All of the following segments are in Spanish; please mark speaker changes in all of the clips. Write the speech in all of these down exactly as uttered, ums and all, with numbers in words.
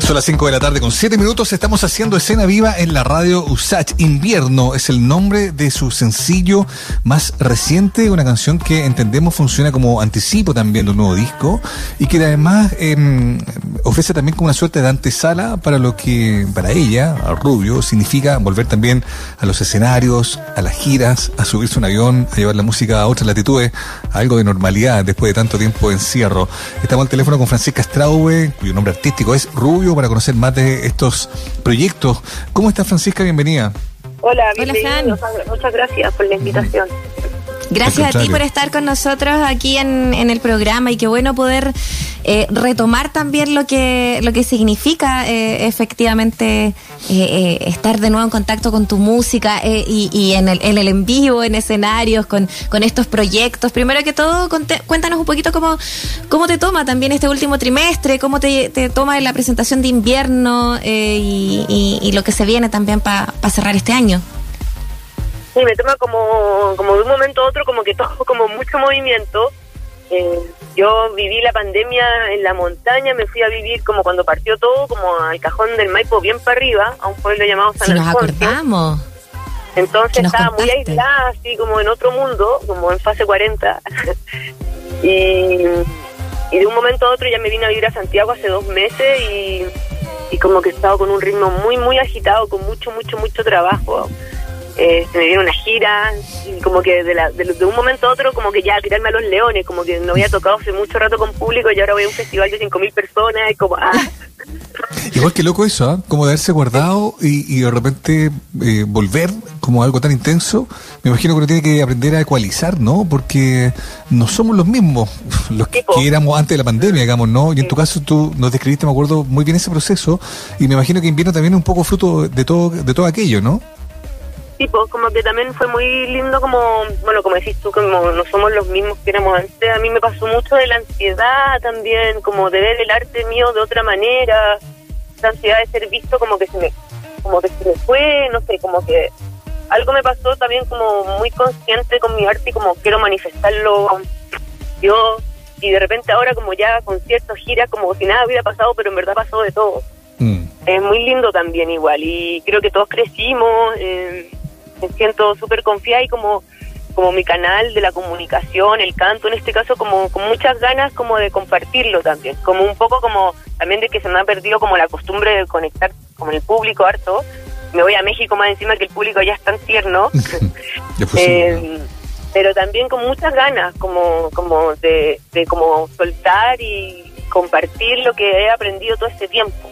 Speaker 1: Son las cinco de la tarde con siete minutos. Estamos haciendo escena viva en la radio Usach. Invierno es el nombre de su sencillo más reciente, una canción que entendemos funciona como anticipo también de un nuevo disco y que además eh, ofrece también como una suerte de antesala para lo que para ella, a Rubio, significa volver también a los escenarios, a las giras, a subirse a un avión, a llevar la música a otras latitudes, a algo de normalidad después de tanto tiempo de encierro. Estamos al teléfono con Francisca Straube, cuyo nombre artístico es Rubio, para conocer más de estos proyectos. ¿Cómo estás, Francisca? Bienvenida.
Speaker 2: Hola, bienvenido. Muchas gracias por la invitación.
Speaker 3: Gracias a ti por estar con nosotros aquí en, en el programa, y qué bueno poder eh, retomar también lo que lo que significa eh, efectivamente eh, eh, estar de nuevo en contacto con tu música eh, y, y en el en el en vivo, en escenarios, con, con estos proyectos. Primero que todo, conté, cuéntanos un poquito cómo, cómo te toma también este último trimestre, cómo te, te toma la presentación de invierno eh, y, y, y lo que se viene también para pa cerrar este año.
Speaker 2: Sí, me toma como, como de un momento a otro, como que todo, como mucho movimiento. Eh, yo viví la pandemia en la montaña, me fui a vivir como cuando partió todo, como al cajón del Maipo, bien para arriba, a un pueblo llamado San
Speaker 3: Si
Speaker 2: Alfonso.
Speaker 3: nos acordamos.
Speaker 2: Entonces estaba contaste? muy aislada, así como en otro mundo, como en fase cuarenta. y, y de un momento a otro ya me vine a vivir a Santiago hace dos meses y, y como que he estado con un ritmo muy, muy agitado, con mucho, mucho, mucho trabajo. Eh, se me viene una gira y como que de, la, de, de un momento a otro como que ya tirarme a los leones, como que no había tocado hace mucho rato con público y ahora voy a un festival de cinco mil personas y como ah.
Speaker 1: Igual que loco eso, ¿eh? Como de haberse guardado y, y de repente eh, volver como algo tan intenso. Me imagino que uno tiene que aprender a ecualizar, ¿no? Porque no somos los mismos los que, que éramos antes de la pandemia, digamos, ¿no? Y en tu caso tú nos describiste, me acuerdo muy bien ese proceso, y me imagino que invierno también un poco fruto de todo, de todo aquello, ¿no?
Speaker 2: Sí, pues como que también fue muy lindo, como, bueno, como decís tú, como no somos los mismos que éramos antes. A mí me pasó mucho de la ansiedad también, como de ver el arte mío de otra manera, la ansiedad de ser visto, como que se me, como que se me fue, no sé, como que algo me pasó también como muy consciente con mi arte y como quiero manifestarlo yo, y de repente ahora como ya conciertos, giras, como si nada hubiera pasado, pero en verdad pasó de todo. Mm. Es muy lindo también igual, y creo que todos crecimos, eh, me siento súper confiada y como, como mi canal de la comunicación, el canto en este caso, como con muchas ganas como de compartirlo también, como un poco como también de que se me ha perdido como la costumbre de conectar con el público harto. Me voy a México más encima que el público allá es tan tierno. eh, pero también con muchas ganas como, como de, de como soltar y compartir lo que he aprendido todo este tiempo.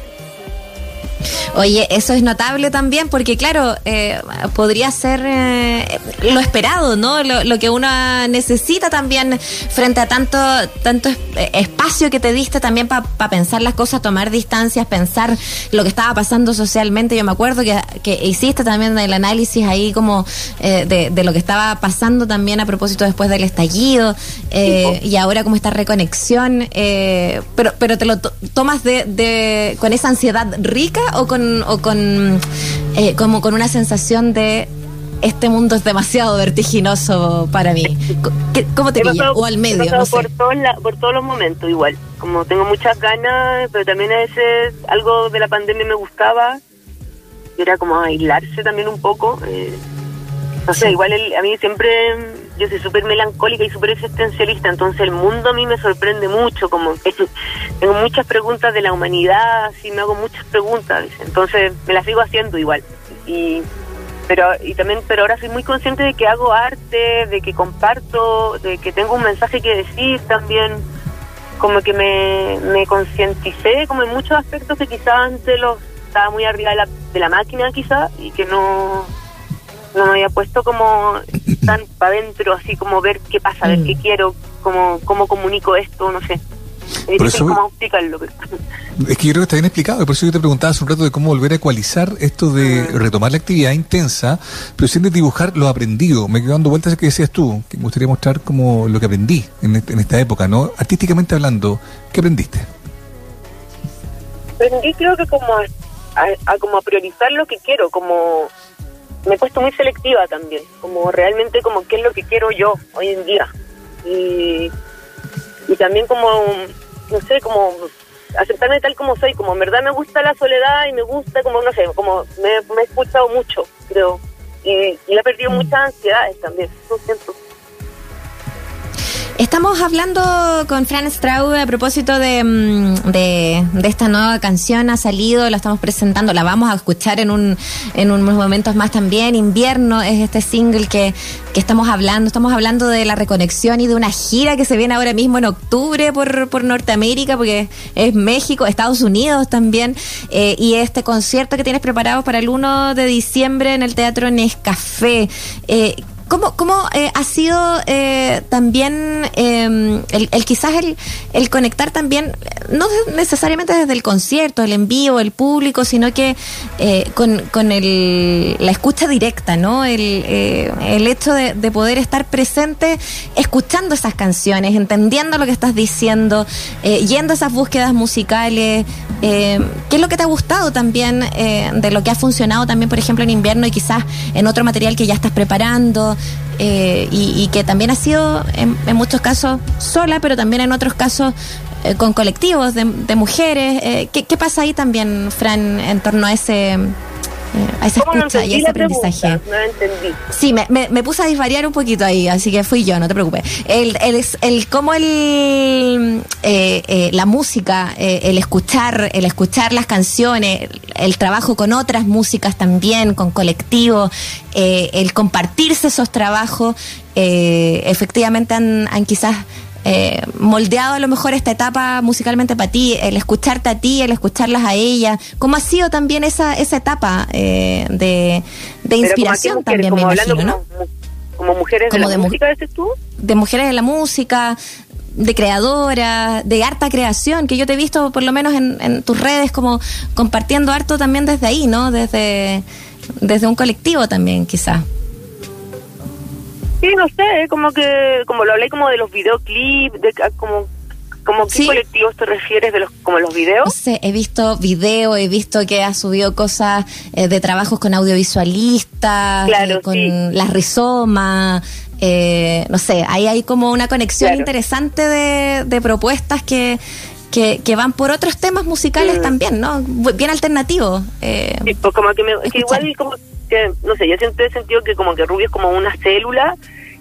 Speaker 3: Oye, eso es notable también porque, claro, eh, podría ser eh, lo esperado, ¿no? Lo, lo que uno necesita también frente a tanto tanto espacio que te diste también para pa pensar las cosas, tomar distancias, pensar lo que estaba pasando socialmente. Yo me acuerdo que, que hiciste también el análisis ahí como eh, de, de lo que estaba pasando también a propósito después del estallido eh, y ahora como esta reconexión. Eh, pero pero te lo to tomas de, de con esa ansiedad rica o con o con eh, como con una sensación de este mundo es demasiado vertiginoso para mí. ¿Cómo te pilla? O al medio, no sé.
Speaker 2: Por todos, la, por todos los momentos igual. Como tengo muchas ganas, pero también a veces algo de la pandemia me gustaba, era como aislarse también un poco. Eh, no sé, sí. Igual el, a mí siempre, yo soy súper melancólica y súper existencialista, entonces el mundo a mí me sorprende mucho, como que tengo muchas preguntas de la humanidad, sí, me hago muchas preguntas, entonces me las sigo haciendo igual. Y pero y también pero ahora soy muy consciente de que hago arte, de que comparto, de que tengo un mensaje que decir también, como que me, me concienticé como en muchos aspectos que quizás antes los estaba muy arriba de la, de la máquina quizás, y que no no me había puesto como tan para adentro, así como ver qué pasa, ver qué quiero, cómo, cómo comunico esto, no sé. Es difícil cómo explicarlo, pero...
Speaker 1: Es que yo creo que está bien explicado, y por eso yo te preguntaba hace un rato de cómo volver a ecualizar esto de mm. retomar la actividad intensa, pero sin de dibujar lo aprendido. Me quedo dando vueltas a que decías tú, que me gustaría mostrar como lo que aprendí en, este, en esta época, ¿no? Artísticamente hablando, ¿qué aprendiste?
Speaker 2: Aprendí creo que como a, a, a, como a priorizar lo que quiero, como... Me he puesto muy selectiva también, como realmente como qué es lo que quiero yo hoy en día. Y, y también como, no sé, como aceptarme tal como soy, como en verdad me gusta la soledad y me gusta, como no sé, como me, me he escuchado mucho, creo, y, y he perdido mm. muchas ansiedades también, lo siento.
Speaker 3: Estamos hablando con Fran Straub a propósito de, de, de esta nueva canción, ha salido, la estamos presentando, la vamos a escuchar en un en unos momentos más también. Invierno es este single que, que estamos hablando, estamos hablando de la reconexión y de una gira que se viene ahora mismo en octubre por, por Norteamérica, porque es México, Estados Unidos también, eh, y este concierto que tienes preparado para el uno de diciembre en el Teatro Nescafé. Eh, ¿Cómo, cómo eh, ha sido eh, también eh, el, el quizás el, el conectar también, no necesariamente desde el concierto, el en vivo, el público, sino que eh, con, con el, la escucha directa, ¿no? El, eh, el hecho de, de poder estar presente, escuchando esas canciones, entendiendo lo que estás diciendo, eh, yendo a esas búsquedas musicales. Eh, ¿Qué es lo que te ha gustado también eh, de lo que ha funcionado también, por ejemplo, en invierno y quizás en otro material que ya estás preparando? Eh, y, y que también ha sido en, en muchos casos sola, pero también en otros casos eh, con colectivos de, de mujeres. Eh, ¿qué, ¿Qué pasa ahí también, Fran, en torno a ese... a esa escucha no y a ese aprendizaje?
Speaker 2: No entendí.
Speaker 3: Sí, me, me, me puse a disvariar un poquito ahí, así que fui yo, no te preocupes. El, el, el cómo el eh, eh, la música, eh, el escuchar, el escuchar las canciones, el, el trabajo con otras músicas también, con colectivos, eh, el compartirse esos trabajos, eh, efectivamente han, han quizás Eh, moldeado a lo mejor esta etapa musicalmente para ti, el escucharte a ti, el escucharlas a ella. ¿Cómo ha sido también esa esa etapa eh, de, de inspiración mujeres,
Speaker 2: también,
Speaker 3: me imagino,
Speaker 2: como,
Speaker 3: ¿no?
Speaker 2: Como mujeres
Speaker 3: como
Speaker 2: de la
Speaker 3: de
Speaker 2: música, mu- ¿dices tú?
Speaker 3: De mujeres de la música, de creadoras, de harta creación, que yo te he visto por lo menos en, en tus redes como compartiendo harto también desde ahí, ¿no? Desde, desde un colectivo también, quizás.
Speaker 2: Sí, no sé, como que, como lo hablé como de los videoclips, de como, como qué
Speaker 3: sí.
Speaker 2: colectivos te refieres de los, como los videos.
Speaker 3: No sé, he visto video, he visto que has subido cosas eh, de trabajos con audiovisualistas,
Speaker 2: claro,
Speaker 3: eh, con
Speaker 2: sí.
Speaker 3: las rizomas, eh, no sé, ahí hay como una conexión
Speaker 2: claro.
Speaker 3: interesante de, de propuestas que, que, que van por otros temas musicales mm. también, ¿no? Bien alternativos. Eh,
Speaker 2: sí, pues como que, me, que igual como que, no sé, yo siempre he sentido que como que Rubio es como una célula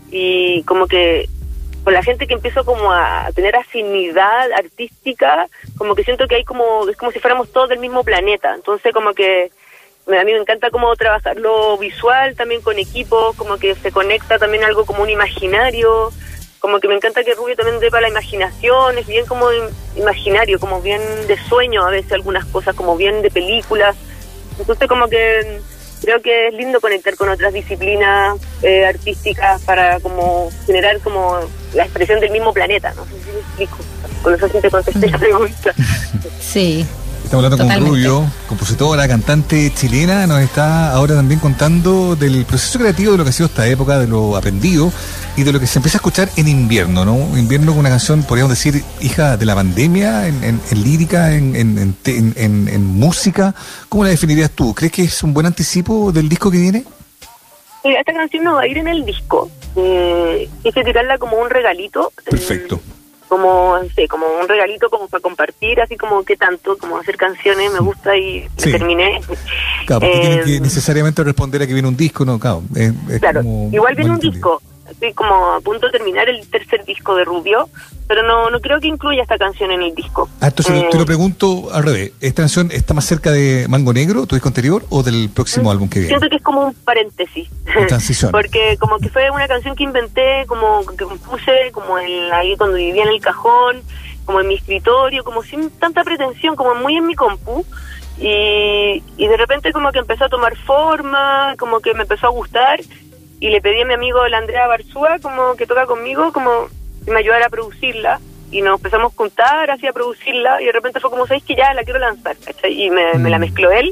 Speaker 2: y como que con la gente que empiezo como a tener afinidad artística, como que siento que hay como, es como si fuéramos todos del mismo planeta, entonces como que a mí me encanta como trabajar lo visual también con equipos, como que se conecta también algo como un imaginario, como que me encanta que Rubio también dé para la imaginación, es bien como imaginario, como bien de sueño a veces algunas cosas, como bien de películas, entonces como que creo que es lindo conectar con otras disciplinas eh, artísticas para como generar como la expresión del mismo planeta, no sé si me explico, con eso sí te contesté la pregunta.
Speaker 3: Sí.
Speaker 1: Estamos hablando Totalmente. con Rubio, compositora, cantante chilena, nos está ahora también contando del proceso creativo de lo que ha sido esta época, de lo aprendido y de lo que se empieza a escuchar en invierno, ¿no? Invierno con una canción, podríamos decir, hija de la pandemia, en, en, en lírica, en, en, en, en, en música. ¿Cómo la definirías tú? ¿Crees que es un buen anticipo del disco que viene?
Speaker 2: Sí, esta canción no va a ir en el disco. Eh, quise tirarla como un regalito.
Speaker 1: Perfecto.
Speaker 2: Eh, como, no sé, como un regalito como para compartir, así como que tanto, como hacer canciones, me gusta y
Speaker 1: sí.
Speaker 2: me terminé.
Speaker 1: Claro, porque
Speaker 2: eh,
Speaker 1: tienen que necesariamente responder a que viene un disco, ¿no? Claro, es, es
Speaker 2: claro.
Speaker 1: Como
Speaker 2: igual viene un
Speaker 1: entendido.
Speaker 2: disco, estoy como a punto de terminar el tercer disco de Rubio, pero no no creo que incluya esta canción en el disco.
Speaker 1: Ah, entonces
Speaker 2: eh,
Speaker 1: te lo pregunto al revés, ¿esta canción está más cerca de Mango Negro, tu disco anterior, o del próximo álbum que viene?
Speaker 2: Siento que es como un paréntesis.
Speaker 1: Transición.
Speaker 2: Porque como que fue una canción que inventé, como que puse como en, ahí cuando vivía en el cajón, como en mi escritorio, como sin tanta pretensión, como muy en mi compu, y, y de repente como que empezó a tomar forma, como que me empezó a gustar, y le pedí a mi amigo la Andrea Barzúa, como que toca conmigo, como que me ayudara a producirla, y nos empezamos a juntar así a producirla, y de repente fue como, ¿sabes que ya la quiero lanzar? ¿Cachai? Y me, mm. me la mezcló él,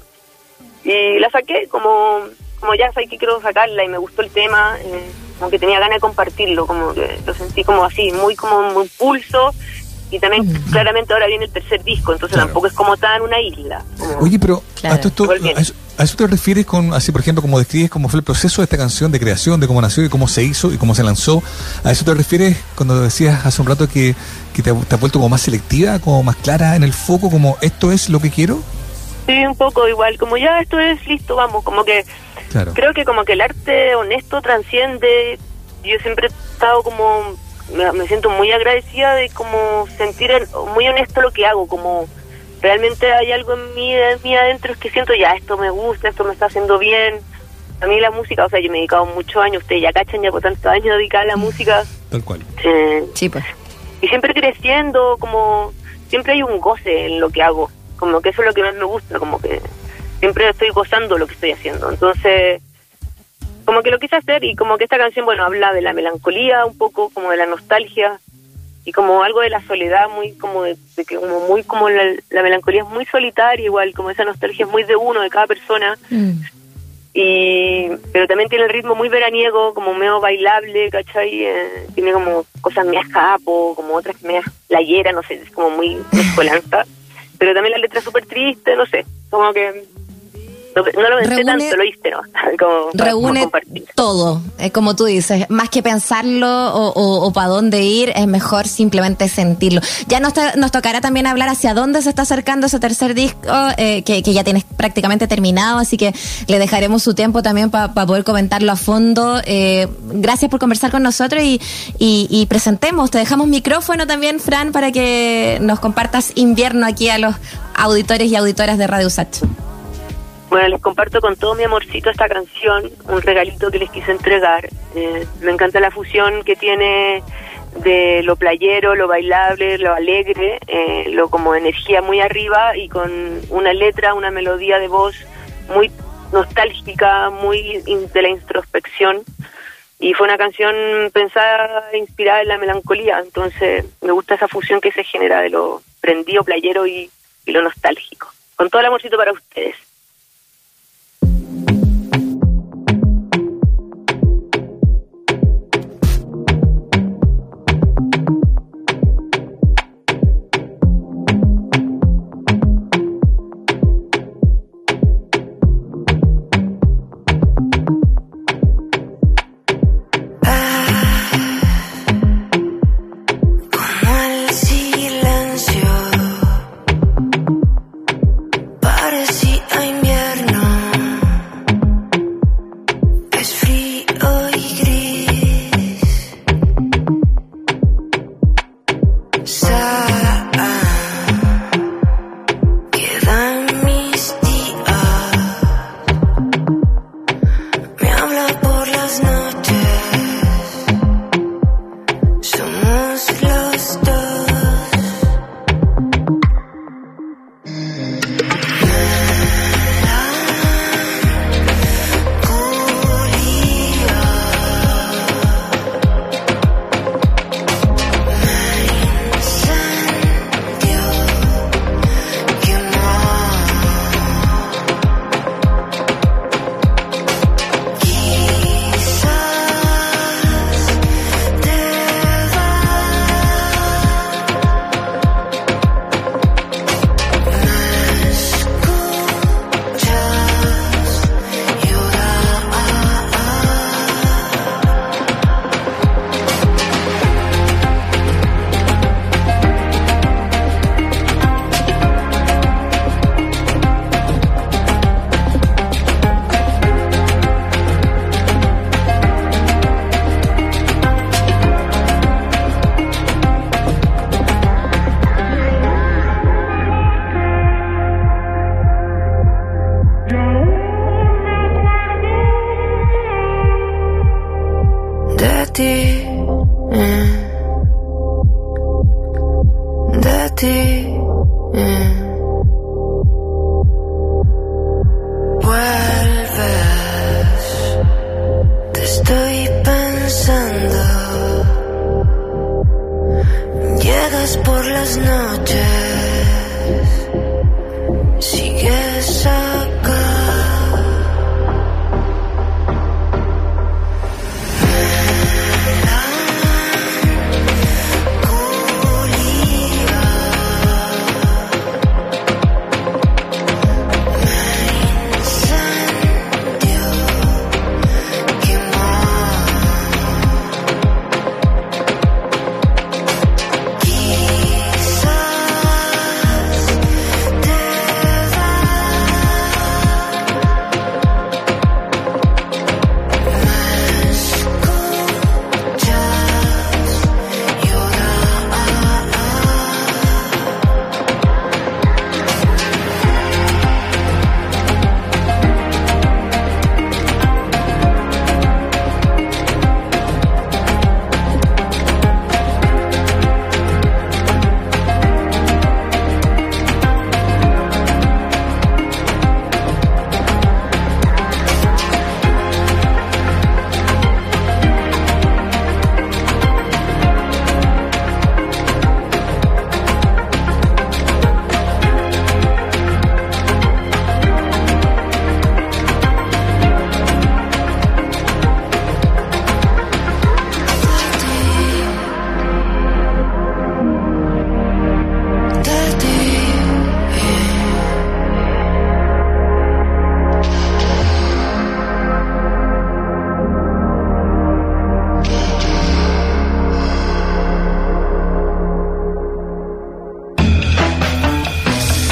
Speaker 2: y la saqué como, como ya sabes que quiero sacarla, y me gustó el tema, eh, como que tenía ganas de compartirlo, como que lo sentí como así, muy como un impulso, Y también, uh-huh. claramente, ahora viene el tercer disco, entonces claro. tampoco es como tan una isla. Como...
Speaker 1: Oye, pero claro. a, esto, a, eso, ¿a eso te refieres con, así por ejemplo, como describes cómo fue el proceso de esta canción, de creación, de cómo nació y cómo se hizo y cómo se lanzó? ¿A eso te refieres cuando decías hace un rato que, que te, te has vuelto como más selectiva, como más clara en el foco, como esto es lo que quiero?
Speaker 2: Sí, un poco igual, como ya esto es listo, vamos, como que claro. creo que como que el arte honesto transciende. Yo siempre he estado como... Me, me siento muy agradecida de como sentir el, muy honesto lo que hago, como realmente hay algo en mí, en mí adentro, es que siento ya, esto me gusta, esto me está haciendo bien. A mí la música, o sea, yo me he dedicado muchos años, ustedes ya cachan, ya por tantos años dedicada a la música.
Speaker 1: Tal cual.
Speaker 2: Eh,
Speaker 3: sí, pues.
Speaker 2: Y siempre creciendo, como siempre hay un goce en lo que hago, como que eso es lo que más me gusta, como que siempre estoy gozando lo que estoy haciendo. Entonces... como que lo quise hacer y como que esta canción, bueno, habla de la melancolía un poco, como de la nostalgia y como algo de la soledad, muy como de, de que como muy como la, la melancolía es muy solitaria, igual como esa nostalgia es muy de uno, de cada persona. Mm. Y pero también tiene el ritmo muy veraniego, como medio bailable, ¿cachai? Eh, tiene como cosas meas capo, como otras meas playera, no sé, es como muy mezcolanza. Pero también la letra es súper triste, no sé, como que... No, no lo pensé tanto, lo oíste, ¿no? Como,
Speaker 3: reúne como todo, eh, como tú dices, más que pensarlo o, o, o para dónde ir, es mejor simplemente sentirlo. Ya nos, te, nos tocará también hablar hacia dónde se está acercando ese tercer disco, eh, que, que ya tienes prácticamente terminado, así que le dejaremos su tiempo también para pa poder comentarlo a fondo. Eh, gracias por conversar con nosotros y, y, y presentemos, te dejamos micrófono también, Fran, para que nos compartas Invierno aquí a los auditores y auditoras de Radio Usach.
Speaker 2: Bueno, les comparto con todo mi amorcito esta canción, un regalito que les quise entregar. Eh, me encanta la fusión que tiene de lo playero, lo bailable, lo alegre, eh, lo como energía muy arriba y con una letra, una melodía de voz muy nostálgica, muy in, de la introspección. Y fue una canción pensada, inspirada en la melancolía, entonces me gusta esa fusión que se genera de lo prendido, playero y, y lo nostálgico. Con todo el amorcito para ustedes.
Speaker 4: De ti